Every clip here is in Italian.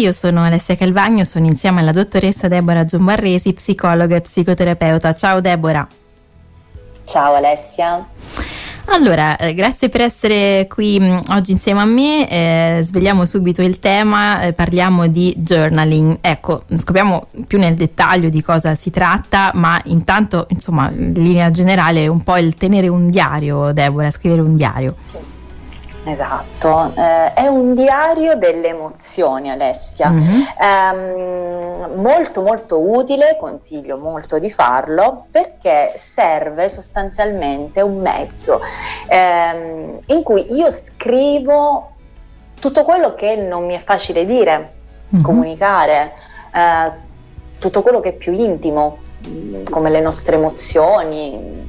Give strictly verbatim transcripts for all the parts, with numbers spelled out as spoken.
io sono Alessia Calvagno, sono insieme alla dottoressa Deborah Giombarresi, psicologa e psicoterapeuta. Ciao Deborah. Ciao Alessia. Allora, eh, grazie per essere qui mh, oggi insieme a me. Eh, svegliamo subito il tema, eh, parliamo di journaling. Ecco, scopriamo più nel dettaglio di cosa si tratta, ma intanto, insomma, in linea generale, un po' il tenere un diario, Deborah, scrivere un diario. Sì. Esatto, eh, è un diario delle emozioni, Alessia. Mm-hmm. ehm, molto molto utile, consiglio molto di farlo perché serve sostanzialmente un mezzo ehm, in cui io scrivo tutto quello che non mi è facile dire, mm-hmm. comunicare, eh, tutto quello che è più intimo, come le nostre emozioni,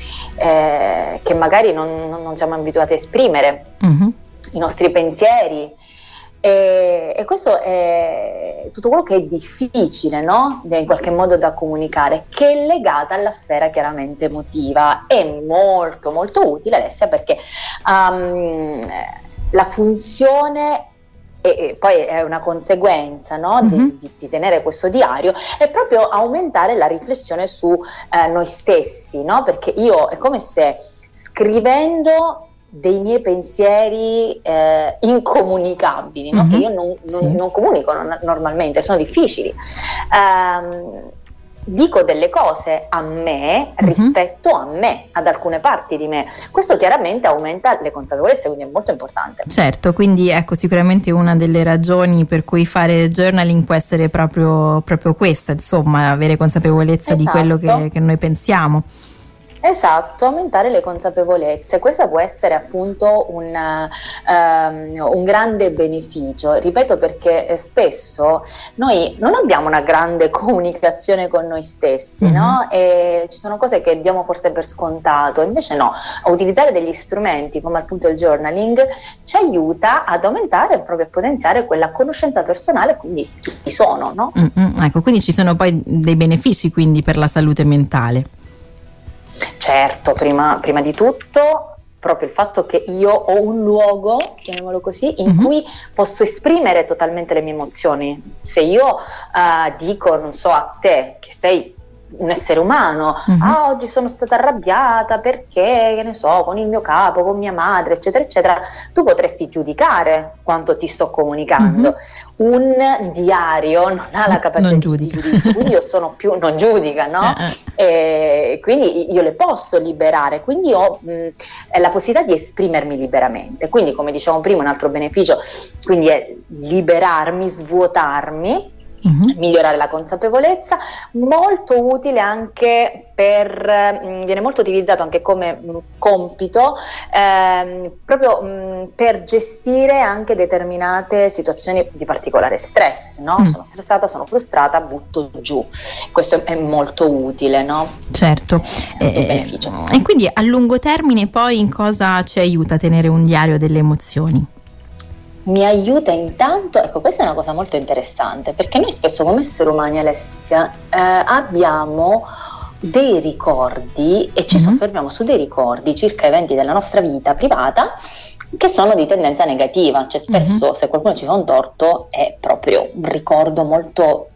Eh, che magari non, non siamo abituati a esprimere, uh-huh. i nostri pensieri, e, e questo è tutto quello che è difficile, no? In qualche modo da comunicare, che è legata alla sfera chiaramente emotiva. È molto molto utile, Alessia, perché um, la funzione, e poi è una conseguenza, no? mm-hmm. di, di, di tenere questo diario, è proprio aumentare la riflessione su eh, noi stessi, no? Perché io è come se scrivendo dei miei pensieri eh, incomunicabili, no? mm-hmm. che io non, non, sì. non comunico non, normalmente, sono difficili. Um, dico delle cose a me mm-hmm. rispetto a me, ad alcune parti di me. Questo chiaramente aumenta le consapevolezze, quindi è molto importante. Certo, quindi ecco, sicuramente una delle ragioni per cui fare journaling può essere proprio, proprio questa, insomma, avere consapevolezza esatto. di quello che, che noi pensiamo. Esatto, aumentare le consapevolezze. Questo può essere appunto un, um, un grande beneficio, ripeto, perché eh, spesso noi non abbiamo una grande comunicazione con noi stessi, mm-hmm. no? E ci sono cose che diamo forse per scontato, invece no, a utilizzare degli strumenti come appunto il journaling ci aiuta ad aumentare e proprio a potenziare quella conoscenza personale, quindi chi sono, no? Mm-hmm. Ecco, quindi ci sono poi dei benefici quindi per la salute mentale. Certo, prima, prima di tutto proprio il fatto che io ho un luogo, chiamiamolo così, in mm-hmm. cui posso esprimere totalmente le mie emozioni. Se io uh, dico, non so, a te che sei un essere umano, mm-hmm. ah, oggi sono stata arrabbiata perché, che ne so, con il mio capo, con mia madre, eccetera, eccetera, tu potresti giudicare quanto ti sto comunicando. Mm-hmm. Un diario non ha la capacità di giudizio, quindi io sono più, non giudica, no? E quindi io le posso liberare, quindi ho mh, la possibilità di esprimermi liberamente. Quindi, come dicevamo prima, un altro beneficio quindi è liberarmi, svuotarmi, Mm-hmm. migliorare la consapevolezza, molto utile anche per, mh, viene molto utilizzato anche come mh, compito ehm, proprio mh, per gestire anche determinate situazioni di particolare stress, no? Mm. Sono stressata, sono frustrata, butto giù. Questo è molto utile, no? Certo. Eh, e quindi a lungo termine poi in cosa ci aiuta a tenere un diario delle emozioni? Mi aiuta intanto, ecco, questa è una cosa molto interessante, perché noi spesso come esseri umani, Alessia, eh, abbiamo dei ricordi e ci mm-hmm. soffermiamo su dei ricordi circa eventi della nostra vita privata che sono di tendenza negativa, cioè spesso mm-hmm. se qualcuno ci fa un torto è proprio un ricordo molto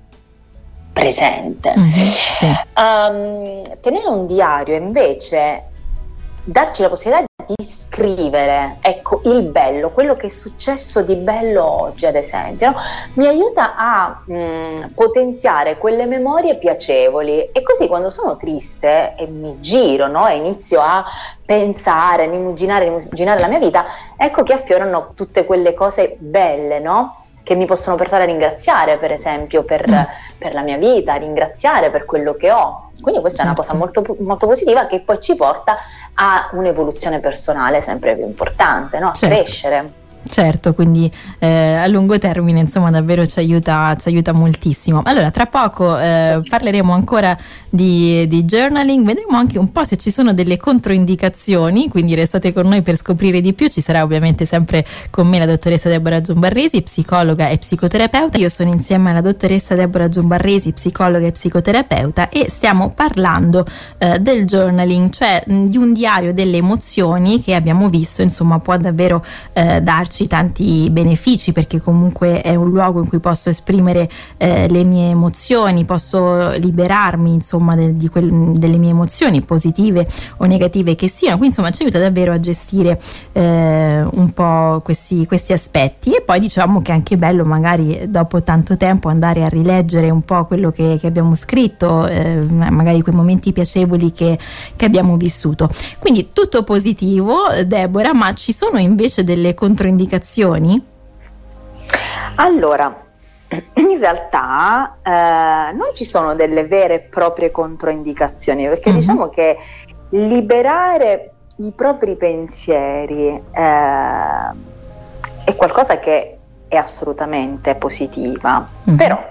presente. Mm-hmm. Sì. Um, tenere un diario invece, darci la possibilità di scrivere, ecco, il bello, quello che è successo di bello oggi, ad esempio, no? Mi aiuta a mh, potenziare quelle memorie piacevoli, e così quando sono triste e mi giro, no? E inizio a pensare, a immaginare, immaginare la mia vita, ecco che affiorano tutte quelle cose belle, no? Che mi possono portare a ringraziare, per esempio, per, mm. per la mia vita, a ringraziare per quello che ho. Quindi questa certo. è una cosa molto, molto positiva, che poi ci porta a un'evoluzione personale sempre più importante, no? A certo. crescere. Certo, quindi eh, a lungo termine insomma davvero ci aiuta, ci aiuta moltissimo. Allora tra poco eh, parleremo ancora di, di journaling, vedremo anche un po' se ci sono delle controindicazioni, quindi restate con noi per scoprire di più. Ci sarà ovviamente sempre con me la dottoressa Deborah Giombarresi, psicologa e psicoterapeuta. Io sono insieme alla dottoressa Deborah Giombarresi, psicologa e psicoterapeuta, e stiamo parlando eh, del journaling, cioè mh, di un diario delle emozioni che abbiamo visto insomma può davvero eh, darci darci tanti benefici, perché comunque è un luogo in cui posso esprimere eh, le mie emozioni, posso liberarmi insomma de, di quel, delle mie emozioni positive o negative che siano, quindi insomma ci aiuta davvero a gestire eh, un po' questi, questi aspetti. E poi diciamo che è anche bello magari dopo tanto tempo andare a rileggere un po' quello che, che abbiamo scritto, eh, magari quei momenti piacevoli che, che abbiamo vissuto. Quindi tutto positivo, Deborah, ma ci sono invece delle controindicazioni? Allora, in realtà eh, non ci sono delle vere e proprie controindicazioni, perché mm-hmm. diciamo che liberare i propri pensieri eh, è qualcosa che è assolutamente positiva, mm-hmm. però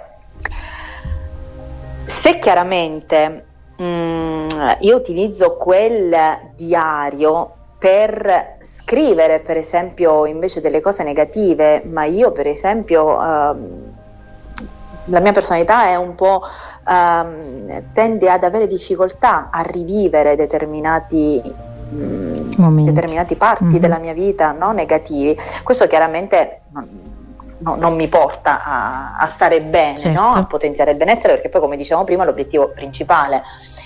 se chiaramente mh, io utilizzo quel diario per scrivere per esempio invece delle cose negative, ma io per esempio uh, la mia personalità è un po' uh, tende ad avere difficoltà a rivivere determinati mh, determinati parti mm-hmm. della mia vita, no, negativi, questo chiaramente non, no, non mi porta a, a stare bene, certo. no? A potenziare il benessere, perché poi come dicevamo prima l'obiettivo principale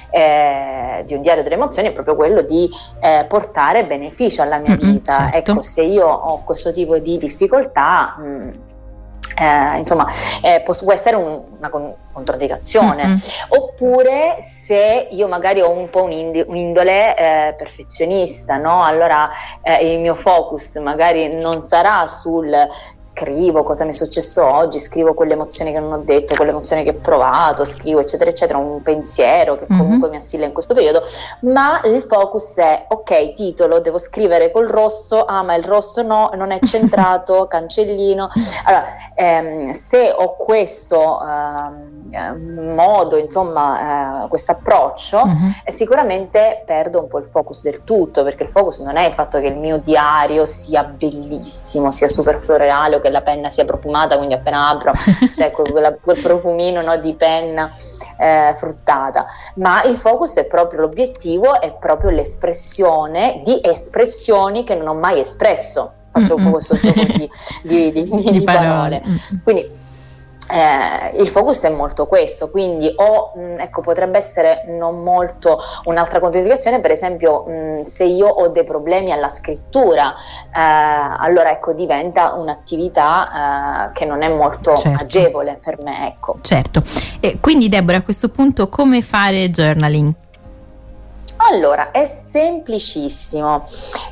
Eh, di un diario delle emozioni è proprio quello di eh, portare beneficio alla mia mm-hmm, vita. Certo. Ecco, se io ho questo tipo di difficoltà, mh, eh, insomma, eh, può, può essere un, una con, controindicazione. Mm-hmm. Oppure se io magari ho un po' un'indole eh, perfezionista, no? Allora eh, il mio focus magari non sarà sul scrivo cosa mi è successo oggi, scrivo quelle emozioni che non ho detto, quelle emozioni che ho provato, scrivo eccetera eccetera, un pensiero che comunque mm-hmm. mi assilla in questo periodo, ma il focus è ok, titolo, devo scrivere col rosso, ah ma il rosso no, non è centrato, cancellino. Allora ehm, se ho questo ehm, modo, insomma eh, questo approccio, mm-hmm. eh, sicuramente perdo un po' il focus del tutto, perché il focus non è il fatto che il mio diario sia bellissimo, sia super floreale o che la penna sia profumata, quindi appena apro c'è quel, quel profumino, no, di penna eh, fruttata, ma il focus è proprio l'obiettivo, è proprio l'espressione di espressioni che non ho mai espresso. Faccio mm-hmm. un po' questo gioco di, di, di, di, di parole, parole. Mm-hmm. Quindi Eh, il focus è molto questo, quindi o mh, ecco, potrebbe essere non molto un'altra controindicazione, per esempio mh, se io ho dei problemi alla scrittura, eh, allora ecco diventa un'attività eh, che non è molto certo. agevole per me, ecco. Certo. E quindi Deborah, a questo punto come fare journaling? Allora, è semplicissimo.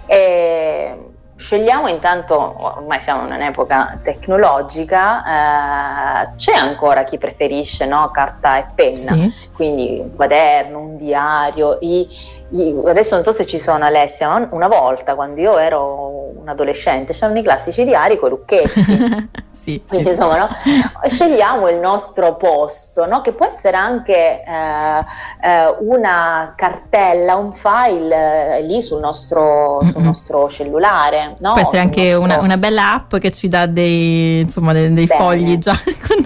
Eh, Scegliamo intanto, ormai siamo in un'epoca tecnologica, eh, c'è ancora chi preferisce, no, carta e penna, sì. Quindi un quaderno, un diario, i, i, adesso non so se ci sono, Alessia, ma una volta quando io ero un adolescente c'erano i classici diari con i lucchetti. Sì, quindi sì. insomma, no? Scegliamo il nostro posto, no? Che può essere anche eh, eh, una cartella, un file eh, lì sul nostro, sul nostro cellulare, no? Può essere anche nostro... una, una bella app che ci dà dei, insomma, dei, dei fogli già con...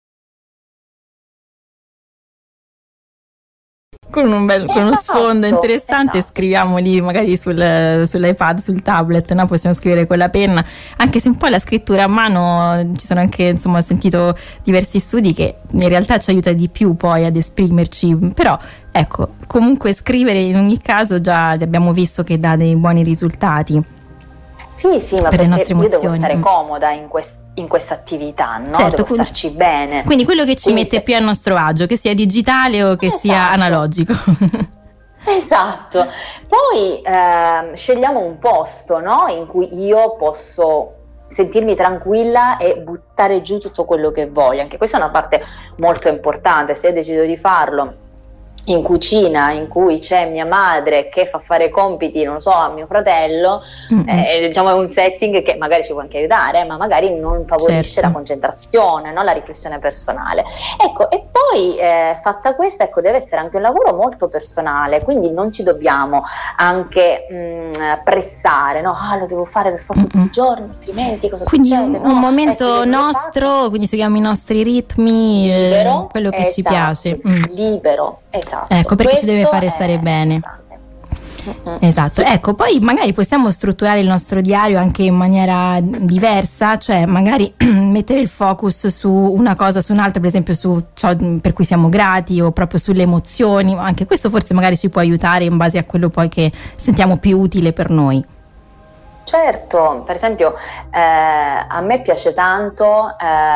con un bel con uno esatto, sfondo interessante, esatto. Scriviamo lì magari sul, sull'iPad, sul tablet, no? Possiamo scrivere con la penna, anche se un po' la scrittura a mano, ci sono anche, insomma, ho sentito diversi studi che in realtà ci aiuta di più poi ad esprimerci, però ecco, comunque scrivere in ogni caso già abbiamo visto che dà dei buoni risultati. Sì, sì, ma per perché le nostre emozioni. Io devo stare comoda in questo in questa attività, no? Certo, devo starci bene. Quindi quello che ci quindi mette se... più a nostro agio, che sia digitale o che esatto. sia analogico. Esatto. Poi eh, scegliamo un posto, no? In cui io posso sentirmi tranquilla e buttare giù tutto quello che voglio. Anche questa è una parte molto importante. Se io decido di farlo in cucina, in cui c'è mia madre che fa fare compiti, non so, a mio fratello, mm-hmm. eh, diciamo è un setting che magari ci può anche aiutare, ma magari non favorisce certo. la concentrazione, no? La riflessione personale. Ecco, e poi eh, fatta questa, ecco, deve essere anche un lavoro molto personale, quindi non ci dobbiamo anche mh, pressare, no? Ah, lo devo fare per forza mm-hmm. tutti i giorni, altrimenti cosa quindi succede? Quindi un no? momento ecco, nostro, quindi seguiamo i nostri ritmi, libero, eh, quello che esatto, ci piace. Mm. Libero, esatto. Ecco, perché questo ci deve fare stare bene. Esatto, ecco, poi magari possiamo strutturare il nostro diario anche in maniera diversa, cioè magari mettere il focus su una cosa, su un'altra, per esempio su ciò per cui siamo grati o proprio sulle emozioni. Anche questo forse magari ci può aiutare in base a quello poi che sentiamo più utile per noi. Certo, per esempio eh, a me piace tanto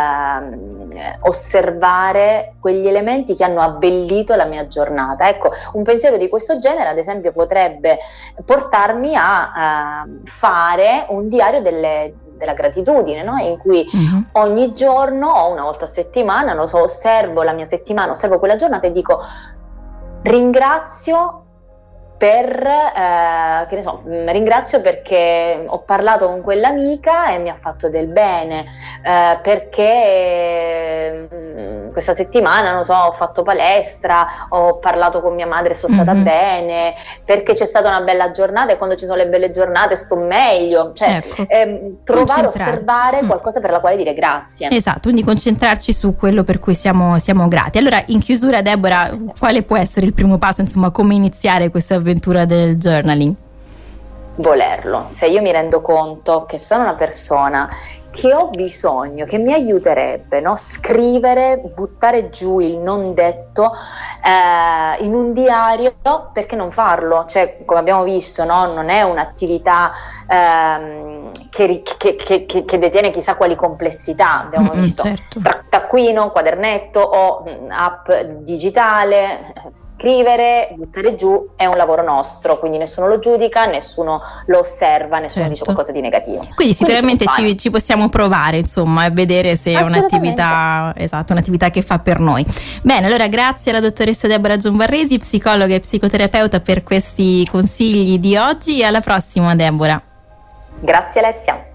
eh, osservare quegli elementi che hanno abbellito la mia giornata. Ecco, un pensiero di questo genere ad esempio potrebbe portarmi a eh, fare un diario delle, della gratitudine, no? In cui uh-huh. ogni giorno o una volta a settimana, non lo so, osservo la mia settimana, osservo quella giornata e dico ringrazio per, eh, che ne so, ringrazio perché ho parlato con quell'amica e mi ha fatto del bene, eh, perché eh, questa settimana, non so, ho fatto palestra, ho parlato con mia madre e sono stata mm-hmm. bene, perché c'è stata una bella giornata e quando ci sono le belle giornate sto meglio, cioè ecco. eh, trovare, osservare mm. qualcosa per la quale dire grazie. Esatto, quindi concentrarci su quello per cui siamo, siamo grati. Allora, in chiusura, Deborah, quale può essere il primo passo, insomma, come iniziare questa avventura del journaling? Volerlo. Se io mi rendo conto che sono una persona che ho bisogno, che mi aiuterebbe, no? Scrivere, buttare giù il non detto eh, in un diario, perché non farlo? Cioè, come abbiamo visto, no? Non è un'attività ehm, che, che, che, che detiene chissà quali complessità. Abbiamo mm-hmm, visto certo. taccuino, quadernetto o app digitale. Scrivere, buttare giù è un lavoro nostro, quindi nessuno lo giudica, nessuno lo osserva, nessuno certo. dice qualcosa di negativo. Quindi sicuramente quindi ci, ci possiamo provare, insomma, e vedere se è un'attività, esatto, un'attività che fa per noi. Bene, allora grazie alla dottoressa Deborah Giombarresi, psicologa e psicoterapeuta, per questi consigli di oggi, e alla prossima, Deborah. Grazie Alessia.